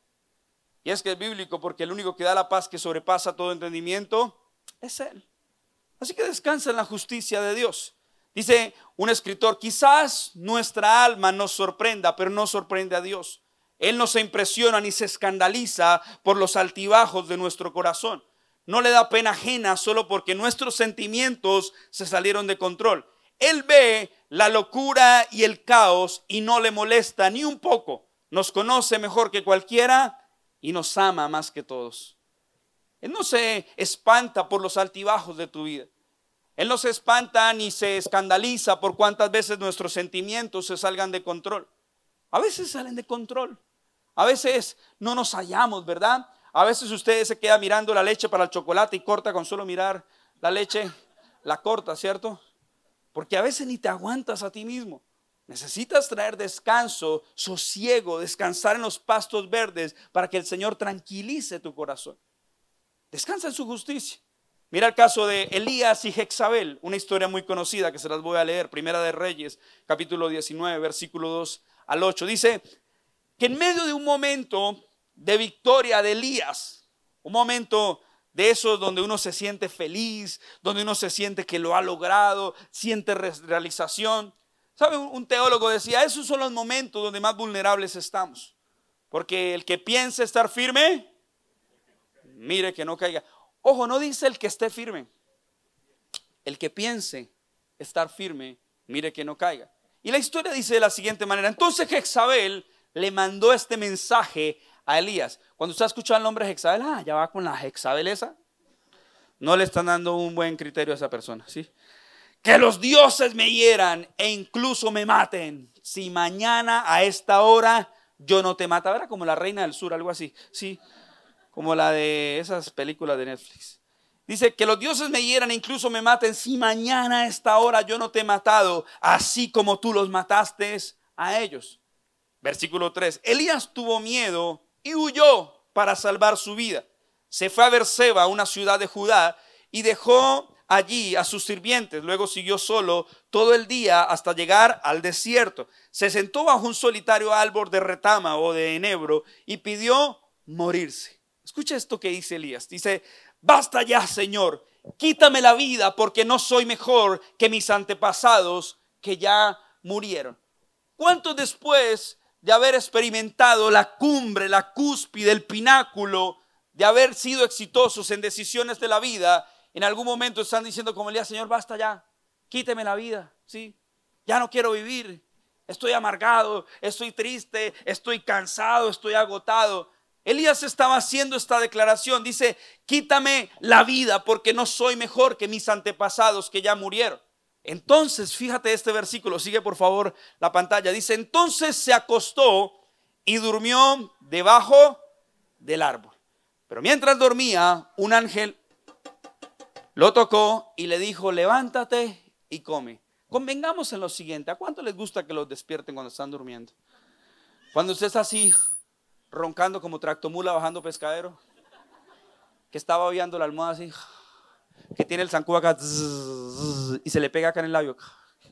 Y es que es bíblico porque el único que da la paz que sobrepasa todo entendimiento es Él. Así que descansa en la justicia de Dios. Dice un escritor, quizás nuestra alma nos sorprenda, pero no sorprende a Dios. Él no se impresiona ni se escandaliza por los altibajos de nuestro corazón. No le da pena ajena solo porque nuestros sentimientos se salieron de control. Él ve la locura y el caos y no le molesta ni un poco. Nos conoce mejor que cualquiera y nos ama más que todos. Él no se espanta por los altibajos de tu vida. Él no se espanta ni se escandaliza por cuántas veces nuestros sentimientos se salgan de control. A veces salen de control. A veces no nos hallamos, ¿verdad? A veces usted se queda mirando la leche para el chocolate y corta con solo mirar la leche, la corta, ¿cierto? Porque a veces ni te aguantas a ti mismo. Necesitas traer descanso, sosiego, descansar en los pastos verdes para que el Señor tranquilice tu corazón. Descansa en su justicia. Mira el caso de Elías y Jezabel, una historia muy conocida que se las voy a leer. Primera de Reyes, capítulo diecinueve, versículo dos al ocho. Dice que en medio de un momento de victoria de Elías, un momento de esos donde uno se siente feliz, donde uno se siente que lo ha logrado, siente realización, ¿Sabe? Un teólogo decía, esos son los momentos donde más vulnerables estamos. Porque el que piense estar firme, mire que no caiga. Ojo, no dice el que esté firme. El que piense estar firme, mire que no caiga. Y la historia dice de la siguiente manera. Entonces Jezabel le mandó este mensaje a Elías. Cuando usted ha escuchado el nombre de Jezabel, ah, ya va con la Jezabel esa. No le están dando un buen criterio a esa persona, ¿sí? Que los dioses me hieran e incluso me maten, si mañana a esta hora yo no te mataba. Era como la Reina del Sur, algo así, ¿sí? Como la de esas películas de Netflix. Dice que los dioses me hieran e incluso me maten, si mañana a esta hora yo no te he matado, así como tú los mataste a ellos. Versículo tres. Elías tuvo miedo y huyó para salvar su vida. Se fue a Berseba, una ciudad de Judá, y dejó allí a sus sirvientes. Luego siguió solo todo el día hasta llegar al desierto. Se sentó bajo un solitario árbol de retama o de enebro y pidió morirse. Escucha esto que dice Elías. Dice, basta ya, Señor, quítame la vida porque no soy mejor que mis antepasados que ya murieron. ¿Cuántos después de haber experimentado la cumbre, la cúspide, el pináculo, de haber sido exitosos en decisiones de la vida, en algún momento están diciendo como Elías, Señor, basta ya, quíteme la vida, ¿sí? Ya no quiero vivir, estoy amargado, estoy triste, estoy cansado, estoy agotado? Elías estaba haciendo esta declaración, dice, quítame la vida porque no soy mejor que mis antepasados que ya murieron. Entonces, fíjate este versículo, sigue por favor la pantalla, dice, entonces se acostó y durmió debajo del árbol. Pero mientras dormía, un ángel lo tocó y le dijo, levántate y come. Convengamos en lo siguiente, ¿a cuánto les gusta que los despierten cuando están durmiendo? Cuando usted está así, roncando como tractomula bajando pescadero, que está babeando la almohada así, que tiene el zancudo acá y se le pega acá en el labio,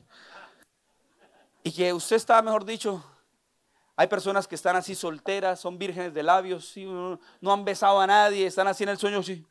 y que usted está, mejor dicho, hay personas que están así solteras, son vírgenes de labios, ¿sí? No han besado a nadie, están así en el sueño, sí,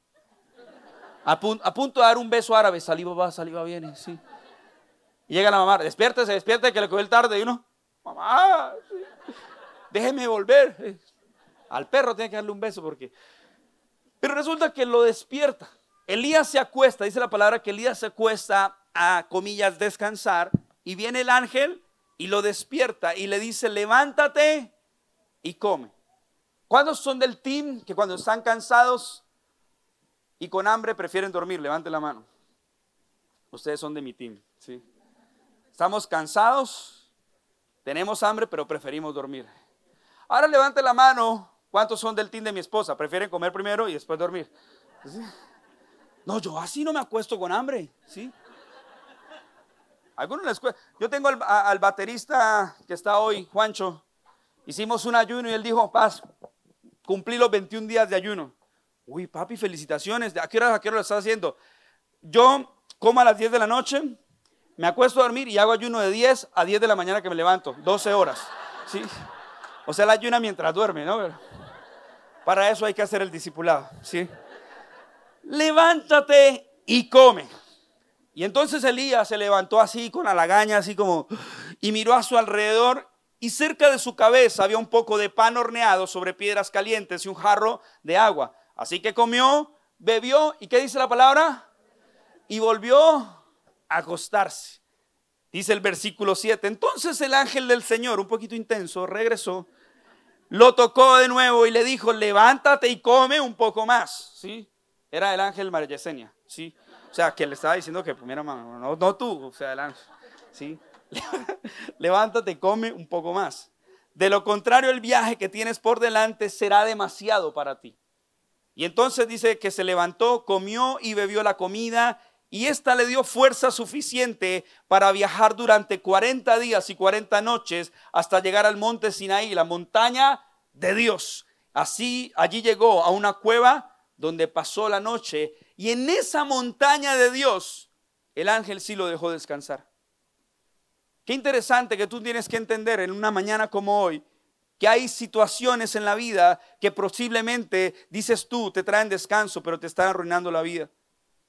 a, pun a punto de dar un beso árabe, saliva va, saliva viene, sí. Y llega la mamá, despiértese, despiértese que le cogió el tarde, y uno, mamá, sí, déjeme volver. Al perro tiene que darle un beso porque... Pero resulta que lo despierta. Elías se acuesta, dice la palabra que Elías se acuesta a, comillas, descansar, y viene el ángel y lo despierta y le dice, levántate y come. ¿Cuántos son del team que cuando están cansados y con hambre prefieren dormir? Levante la mano. Ustedes son de mi team, ¿sí? Estamos cansados, tenemos hambre, pero preferimos dormir. Ahora levante la mano. ¿Cuántos son del team de mi esposa? Prefieren comer primero y después dormir. ¿Sí? No, yo así no me acuesto con hambre, ¿sí? Algunos les cuesta. Yo tengo al, a, al baterista que está hoy, Juancho. Hicimos un ayuno y él dijo, paz, cumplí los veintiún días de ayuno. Uy, papi, felicitaciones. ¿A qué hora, a qué hora lo estás haciendo? Yo como a las diez de la noche, me acuesto a dormir y hago ayuno de diez a diez de la mañana que me levanto, doce horas, ¿sí? O sea, él ayuna mientras duerme, ¿no? Para eso hay que hacer el discipulado, ¿sí? Levántate y come. Y entonces Elías se levantó así con la lagaña, así como, y miró a su alrededor, y cerca de su cabeza había un poco de pan horneado sobre piedras calientes y un jarro de agua. Así que comió, bebió, ¿y qué dice la palabra? Y volvió a acostarse. Dice el versículo siete, entonces el ángel del Señor, un poquito intenso, regresó, lo tocó de nuevo y le dijo, levántate y come un poco más, ¿sí? Era el ángel María Yesenia, ¿sí? O sea, que le estaba diciendo que, mira, mamá, no, no tú, o sea, el ángel, ¿sí? Levántate y come un poco más. De lo contrario, el viaje que tienes por delante será demasiado para ti. Y entonces dice que se levantó, comió y bebió la comida, y esta le dio fuerza suficiente para viajar durante cuarenta días y cuarenta noches hasta llegar al monte Sinaí, la montaña de Dios. Así, allí llegó a una cueva donde pasó la noche, y en esa montaña de Dios, el ángel sí lo dejó descansar. Qué interesante que tú tienes que entender en una mañana como hoy, que hay situaciones en la vida que posiblemente, dices tú, te traen descanso, pero te están arruinando la vida.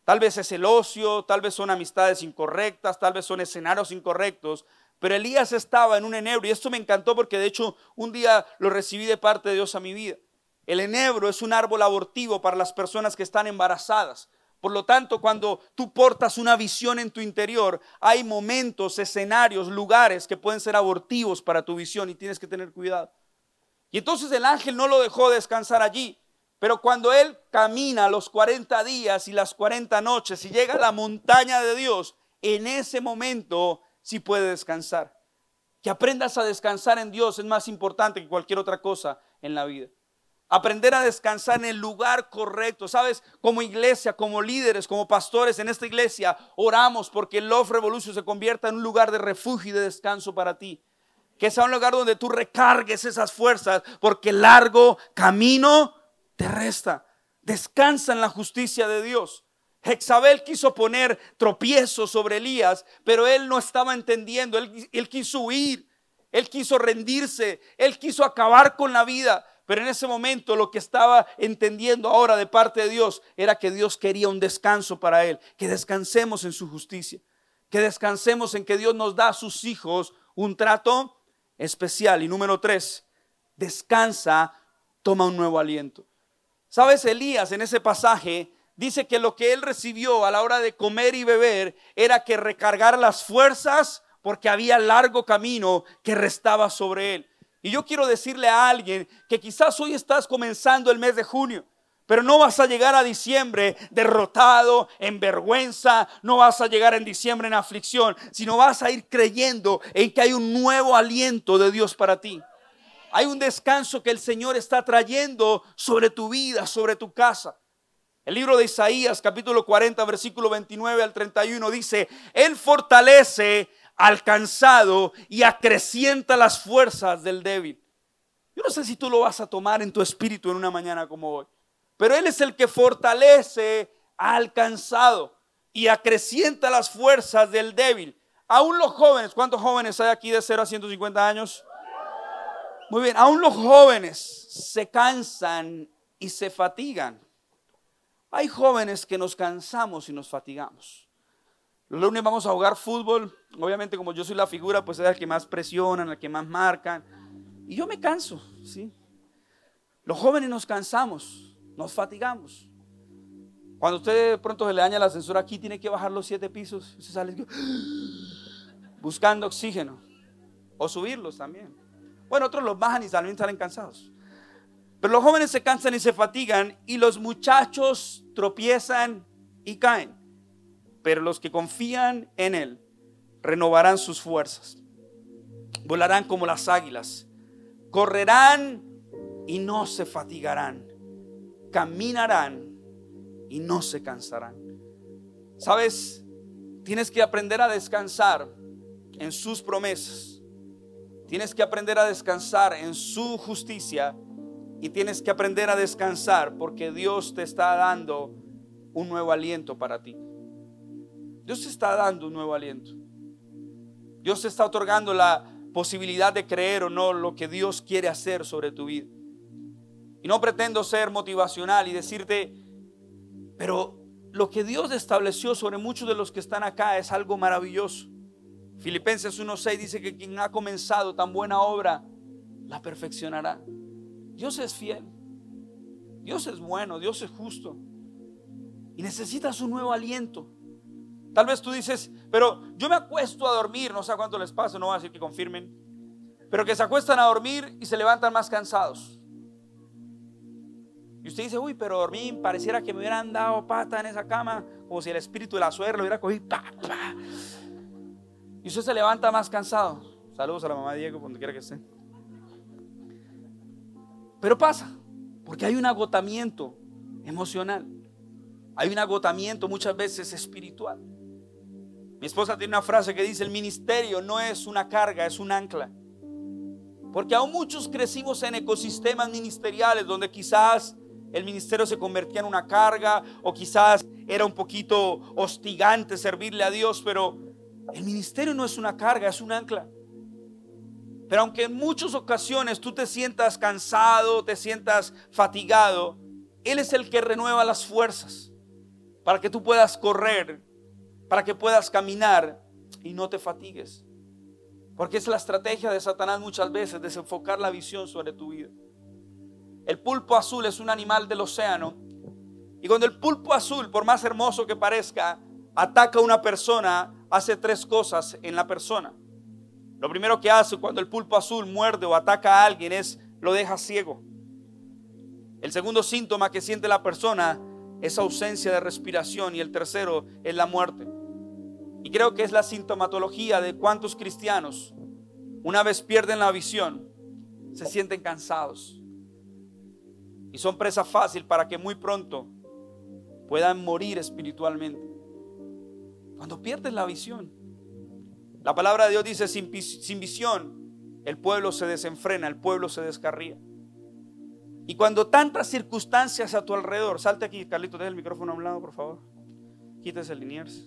Tal vez es el ocio, tal vez son amistades incorrectas, tal vez son escenarios incorrectos. Pero Elías estaba en un enebro y esto me encantó porque de hecho un día lo recibí de parte de Dios a mi vida. El enebro es un árbol abortivo para las personas que están embarazadas. Por lo tanto, cuando tú portas una visión en tu interior, hay momentos, escenarios, lugares que pueden ser abortivos para tu visión y tienes que tener cuidado. Y entonces el ángel no lo dejó descansar allí. Pero cuando él camina los cuarenta días y las cuarenta noches y llega a la montaña de Dios, en ese momento sí puede descansar. Que aprendas a descansar en Dios es más importante que cualquier otra cosa en la vida. Aprender a descansar en el lugar correcto. Sabes, como iglesia, como líderes, como pastores en esta iglesia, oramos porque el Love Revolution se convierta en un lugar de refugio y de descanso para ti. Que sea un lugar donde tú recargues esas fuerzas, porque el largo camino te resta. Descansa en la justicia de Dios. Jezabel quiso poner tropiezos sobre Elías, pero él no estaba entendiendo. Él, él quiso huir, él quiso rendirse, él quiso acabar con la vida. Pero en ese momento lo que estaba entendiendo ahora de parte de Dios era que Dios quería un descanso para él. Que descansemos en su justicia, que descansemos en que Dios nos da a sus hijos un trato especial. Y número tres, descansa, toma un nuevo aliento. ¿Sabes? Elías en ese pasaje dice que lo que él recibió a la hora de comer y beber era que recargar las fuerzas porque había largo camino que restaba sobre él. Y yo quiero decirle a alguien que quizás hoy estás comenzando el mes de junio, pero no vas a llegar a diciembre derrotado, en vergüenza, no vas a llegar en diciembre en aflicción, sino vas a ir creyendo en que hay un nuevo aliento de Dios para ti. Hay un descanso que el Señor está trayendo sobre tu vida, sobre tu casa. El libro de Isaías, capítulo cuarenta, versículo veintinueve al treinta y uno dice: Él fortalece al cansado y acrecienta las fuerzas del débil. Yo no sé si tú lo vas a tomar en tu espíritu en una mañana como hoy, pero Él es el que fortalece al cansado y acrecienta las fuerzas del débil. Aún los jóvenes, ¿cuántos jóvenes hay aquí de cero a ciento cincuenta años? Muy bien, aún los jóvenes se cansan y se fatigan. Hay jóvenes que nos cansamos y nos fatigamos. Los lunes vamos a jugar fútbol. Obviamente, como yo soy la figura, pues es el que más presionan, el que más marcan. Y yo me canso, ¿sí? Los jóvenes nos cansamos, nos fatigamos. Cuando usted de pronto se le daña el ascensor aquí, tiene que bajar los siete pisos. Usted sale buscando oxígeno. O subirlos también. Bueno, otros los bajan y también salen cansados. Pero los jóvenes se cansan y se fatigan, y los muchachos tropiezan y caen. Pero los que confían en Él renovarán sus fuerzas. Volarán como las águilas. Correrán y no se fatigarán. Caminarán y no se cansarán. ¿Sabes? Tienes que aprender a descansar en sus promesas. Tienes que aprender a descansar en su justicia. Y tienes que aprender a descansar porque Dios te está dando un nuevo aliento para ti. Dios te está dando un nuevo aliento. Dios te está otorgando la posibilidad de creer o no lo que Dios quiere hacer sobre tu vida. Y no pretendo ser motivacional y decirte, pero lo que Dios estableció sobre muchos de los que están acá es algo maravilloso. Filipenses uno seis dice que quien ha comenzado tan buena obra la perfeccionará. Dios es fiel, Dios es bueno, Dios es justo y necesitas un nuevo aliento. Tal vez tú dices, pero yo me acuesto a dormir, no sé a cuánto les pasa, no voy a decir que confirmen, pero que se acuestan a dormir y se levantan más cansados. Y usted dice, uy, pero dormí, pareciera que me hubieran dado pata en esa cama, como si el espíritu de la suegra lo hubiera cogido, pa, pa. Y usted se levanta más cansado. Saludos a la mamá de Diego, donde quiera que esté. Pero pasa, porque hay un agotamiento emocional. Hay un agotamiento muchas veces espiritual. Mi esposa tiene una frase que dice: el ministerio no es una carga, es un ancla. Porque aún muchos crecimos en ecosistemas ministeriales donde quizás el ministerio se convertía en una carga, o quizás era un poquito hostigante servirle a Dios, pero el ministerio no es una carga, es un ancla. Pero aunque en muchas ocasiones tú te sientas cansado, te sientas fatigado, Él es el que renueva las fuerzas. para que tú puedas correr, para que puedas caminar y no te fatigues. Porque es la estrategia de Satanás muchas veces, desenfocar la visión sobre tu vida. El pulpo azul es un animal del océano. Y cuando el pulpo azul, por más hermoso que parezca, ataca a una persona, hace tres cosas en la persona. Lo primero que hace cuando el pulpo azul muerde o ataca a alguien es lo deja ciego. El segundo síntoma que siente la persona es ausencia de respiración, y el tercero es la muerte. Y creo que es la sintomatología de cuántos cristianos, una vez pierden la visión, se sienten cansados y son presa fácil para que muy pronto puedan morir espiritualmente. Cuando pierdes la visión, la palabra de Dios dice: sin, sin visión el pueblo se desenfrena, el pueblo se descarría. Y cuando tantas circunstancias a tu alrededor, salte aquí, Carlito, deja el micrófono a un lado, por favor. Quítese el Liniers.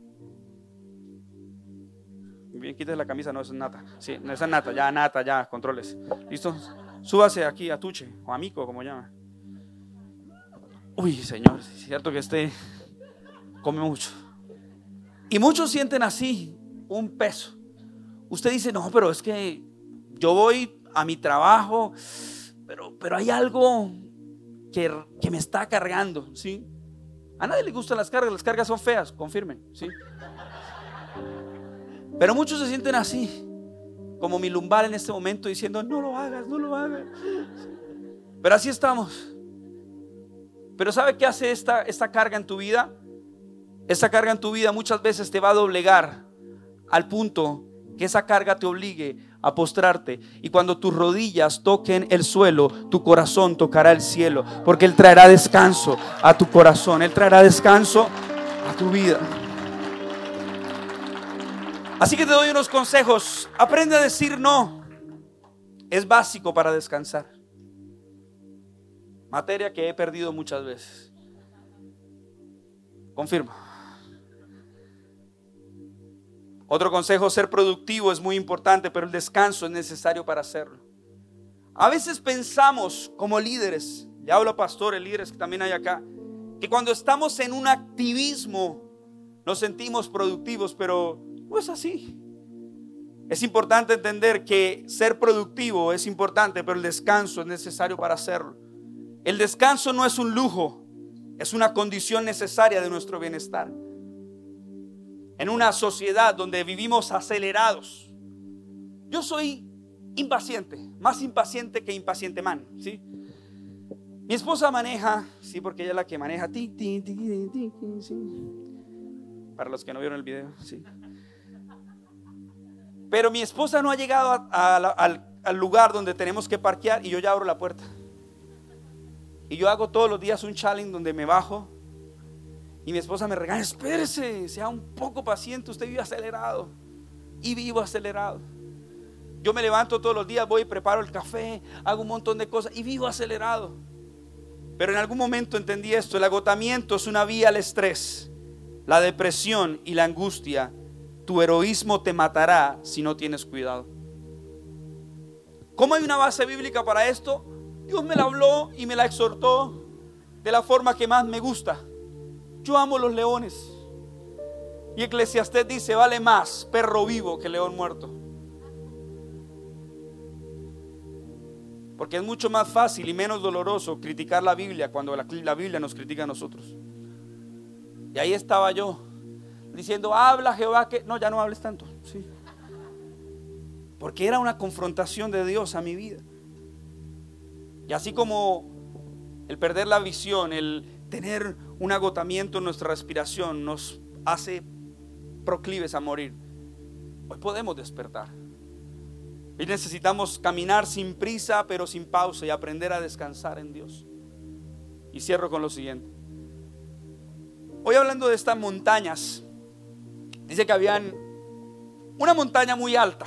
Bien, quítese la camisa, no, eso es Nata. Sí, no, esa es Nata, ya, Nata, ya, controles. ¿Listo? Súbase aquí a Tuche, o a Mico, como llama. Uy, Señor, es cierto que este come mucho. Y muchos sienten así un peso. Usted dice: no, pero es que yo voy a mi trabajo, pero, pero hay algo que, que me está cargando, ¿sí? A nadie le gustan las cargas, las cargas son feas, confirmen, ¿sí? Pero muchos se sienten así, como mi lumbar en este momento, diciendo: no lo hagas, no lo hagas. Pero así estamos. Pero ¿sabe qué hace esta, esta carga en tu vida? Esta carga en tu vida muchas veces te va a doblegar al punto que esa carga te obligue a postrarte. Y cuando tus rodillas toquen el suelo, tu corazón tocará el cielo, porque Él traerá descanso a tu corazón. Él traerá descanso a tu vida. Así que te doy unos consejos. Aprende a decir no. Es básico para descansar. Materia que he perdido muchas veces. Confirmo. Otro consejo: ser productivo es muy importante, pero el descanso es necesario para hacerlo. A veces pensamos como líderes, le hablo a pastores, líderes que también hay acá, que cuando estamos en un activismo nos sentimos productivos, pero no es así. Es importante entender que ser productivo es importante, pero el descanso es necesario para hacerlo. El descanso no es un lujo, es una condición necesaria de nuestro bienestar. En una sociedad donde vivimos acelerados, yo soy impaciente, más impaciente que impaciente man, ¿sí? Mi esposa maneja, sí, porque ella es la que maneja, ti, ti, ti, ti, ti, sí. Para los que no vieron el video, sí. Pero mi esposa no ha llegado a, a, a, al, al lugar donde tenemos que parquear y yo ya abro la puerta. Y yo hago todos los días un challenge donde me bajo y mi esposa me regaña: espérese, sea un poco paciente, usted vive acelerado. Y vivo acelerado. Yo me levanto todos los días, voy y preparo el café, hago un montón de cosas y vivo acelerado. Pero en algún momento entendí esto: el agotamiento es una vía al estrés, la depresión y la angustia. Tu heroísmo te matará si no tienes cuidado. ¿Cómo hay una base bíblica para esto? Dios me la habló y me la exhortó de la forma que más me gusta. Yo amo los leones. Y Eclesiastés dice: vale más perro vivo que león muerto. Porque es mucho más fácil y menos doloroso criticar la Biblia cuando la, la Biblia nos critica a nosotros. Y ahí estaba yo diciendo: habla Jehová que... No, ya no hables tanto, sí. Porque era una confrontación de Dios a mi vida. Y así como el perder la visión, el tener un agotamiento en nuestra respiración nos hace proclives a morir, hoy podemos despertar. Y necesitamos caminar sin prisa, pero sin pausa, y aprender a descansar en Dios. Y cierro con lo siguiente. Hoy, hablando de estas montañas, dice que habían una montaña muy alta.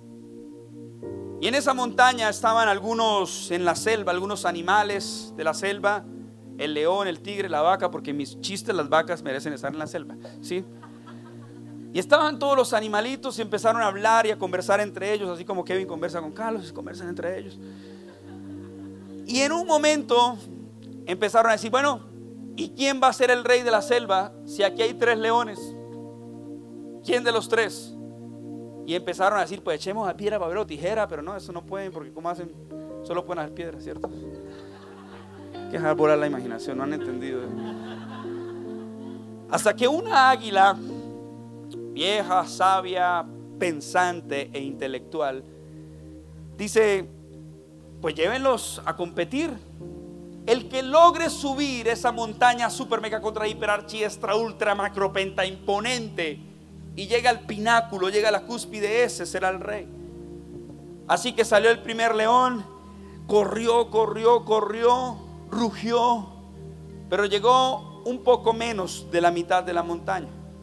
Y en esa montaña estaban algunos en la selva, algunos animales de la selva: el león, el tigre, la vaca, porque mis chistes, las vacas merecen estar en la selva, ¿sí? Y estaban todos los animalitos y empezaron a hablar y a conversar entre ellos, así como Kevin conversa con Carlos y conversan entre ellos. Y en un momento empezaron a decir: bueno, ¿y quién va a ser el rey de la selva si aquí hay tres leones? ¿Quién de los tres? Y empezaron a decir, pues echemos a piedra, papel o tijera, pero no, eso no pueden, porque ¿cómo hacen? Solo pueden hacer piedra, ¿cierto? Hay que dejar volar la imaginación, no han entendido. Hasta que una águila vieja, sabia, pensante e intelectual dice, pues llévenlos a competir. El que logre subir esa montaña super mega contra hiper archi extra ultra macro penta imponente y llega al pináculo, llega a la cúspide, ese será el rey. Así que salió el primer león, corrió, corrió, corrió, rugió, pero llegó un poco menos de la mitad de la montaña.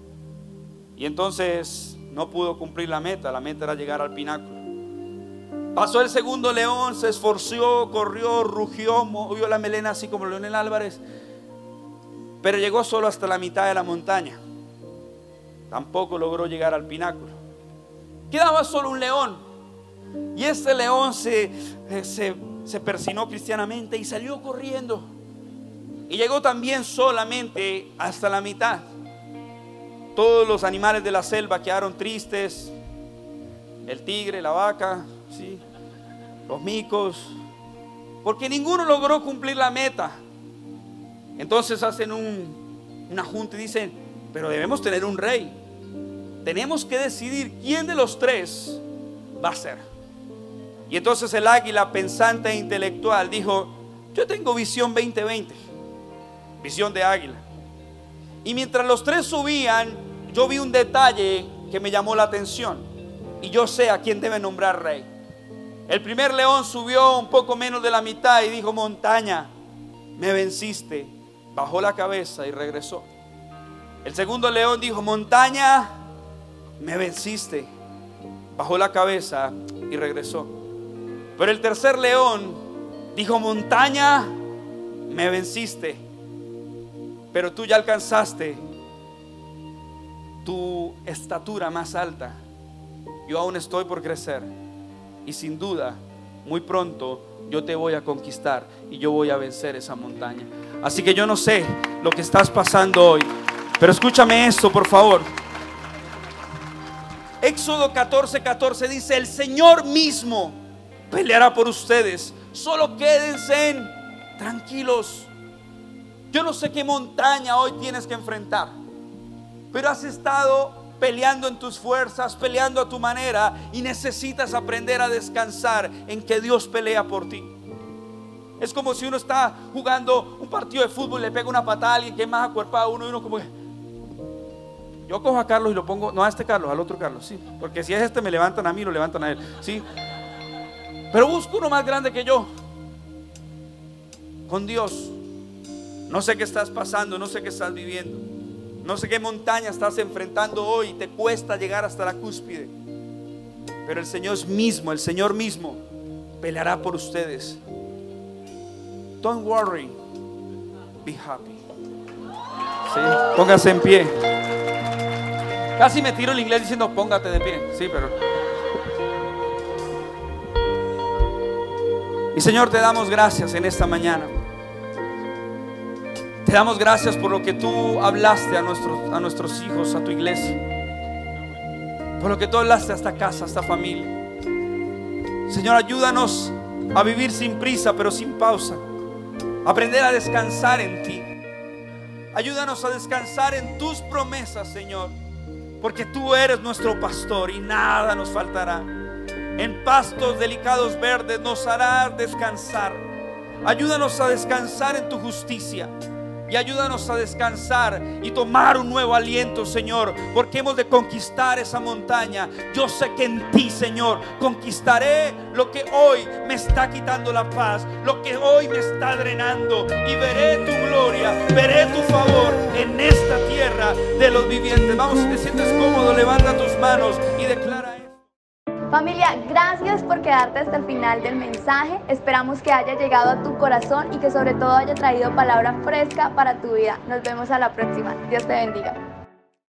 Y entonces no pudo cumplir la meta, la meta era llegar al pináculo. Pasó el segundo león, se esforzó, corrió, rugió, movió la melena así como Leonel Álvarez, pero llegó solo hasta la mitad de la montaña. Tampoco logró llegar al pináculo. Quedaba solo un león. Y este león se, se, se persinó cristianamente y salió corriendo. Y llegó también solamente hasta la mitad. Todos los animales de la selva quedaron tristes. El tigre, la vaca, ¿sí? Los micos, porque ninguno logró cumplir la meta. Entonces hacen un, una junta y dicen, pero debemos tener un rey. Tenemos que decidir quién de los tres va a ser. Y entonces el águila pensante e intelectual dijo, yo tengo visión veinte veinte, visión de águila. Y mientras los tres subían, yo vi un detalle que me llamó la atención. Y yo sé a quién debe nombrar rey. El primer león subió un poco menos de la mitad y dijo, montaña, me venciste. Bajó la cabeza y regresó. El segundo león dijo, montaña, me venciste. Bajó la cabeza y regresó. Pero el tercer león dijo, montaña, me venciste, pero tú ya alcanzaste tu estatura más alta. Yo aún estoy por crecer y sin duda muy pronto yo te voy a conquistar y yo voy a vencer esa montaña. Así que yo no sé lo que estás pasando hoy, pero escúchame esto, por favor. Éxodo catorce catorce dice, el Señor mismo peleará por ustedes, solo quédense tranquilos. Yo no sé qué montaña hoy tienes que enfrentar, pero has estado peleando en tus fuerzas, peleando a tu manera, y necesitas aprender a descansar en que Dios pelea por ti. Es como si uno está jugando un partido de fútbol y le pega una patada a alguien que es más acuerpado a uno, y uno como que, yo cojo a Carlos y lo pongo, no a este Carlos, al otro Carlos, sí, porque si es este me levantan a mí, lo levantan a él, sí, pero busco uno más grande que yo. Con Dios, no sé qué estás pasando, no sé qué estás viviendo, no sé qué montaña estás enfrentando hoy, te cuesta llegar hasta la cúspide, pero el Señor mismo, el Señor mismo peleará por ustedes. Don't worry, be happy. Sí, póngase en pie. Casi me tiro el inglés diciendo póngate de pie, sí, pero y Señor, te damos gracias en esta mañana. Te damos gracias por lo que tú hablaste a nuestros, a nuestros hijos, a tu iglesia, por lo que tú hablaste a esta casa, a esta familia. Señor, ayúdanos a vivir sin prisa pero sin pausa, aprender a descansar en ti. Ayúdanos a descansar en tus promesas, Señor, porque tú eres nuestro pastor y nada nos faltará. En pastos delicados verdes nos hará descansar. Ayúdanos a descansar en tu justicia. Y ayúdanos a descansar y tomar un nuevo aliento, Señor, porque hemos de conquistar esa montaña. Yo sé que en ti, Señor, conquistaré lo que hoy me está quitando la paz, lo que hoy me está drenando, y veré tu gloria, veré tu favor en esta tierra de los vivientes. Vamos, si te sientes cómodo, levanta tus manos y declara esto. Familia, gracias por quedarte hasta el final del mensaje. Esperamos que haya llegado a tu corazón y que sobre todo haya traído palabra fresca para tu vida. Nos vemos a la próxima. Dios te bendiga.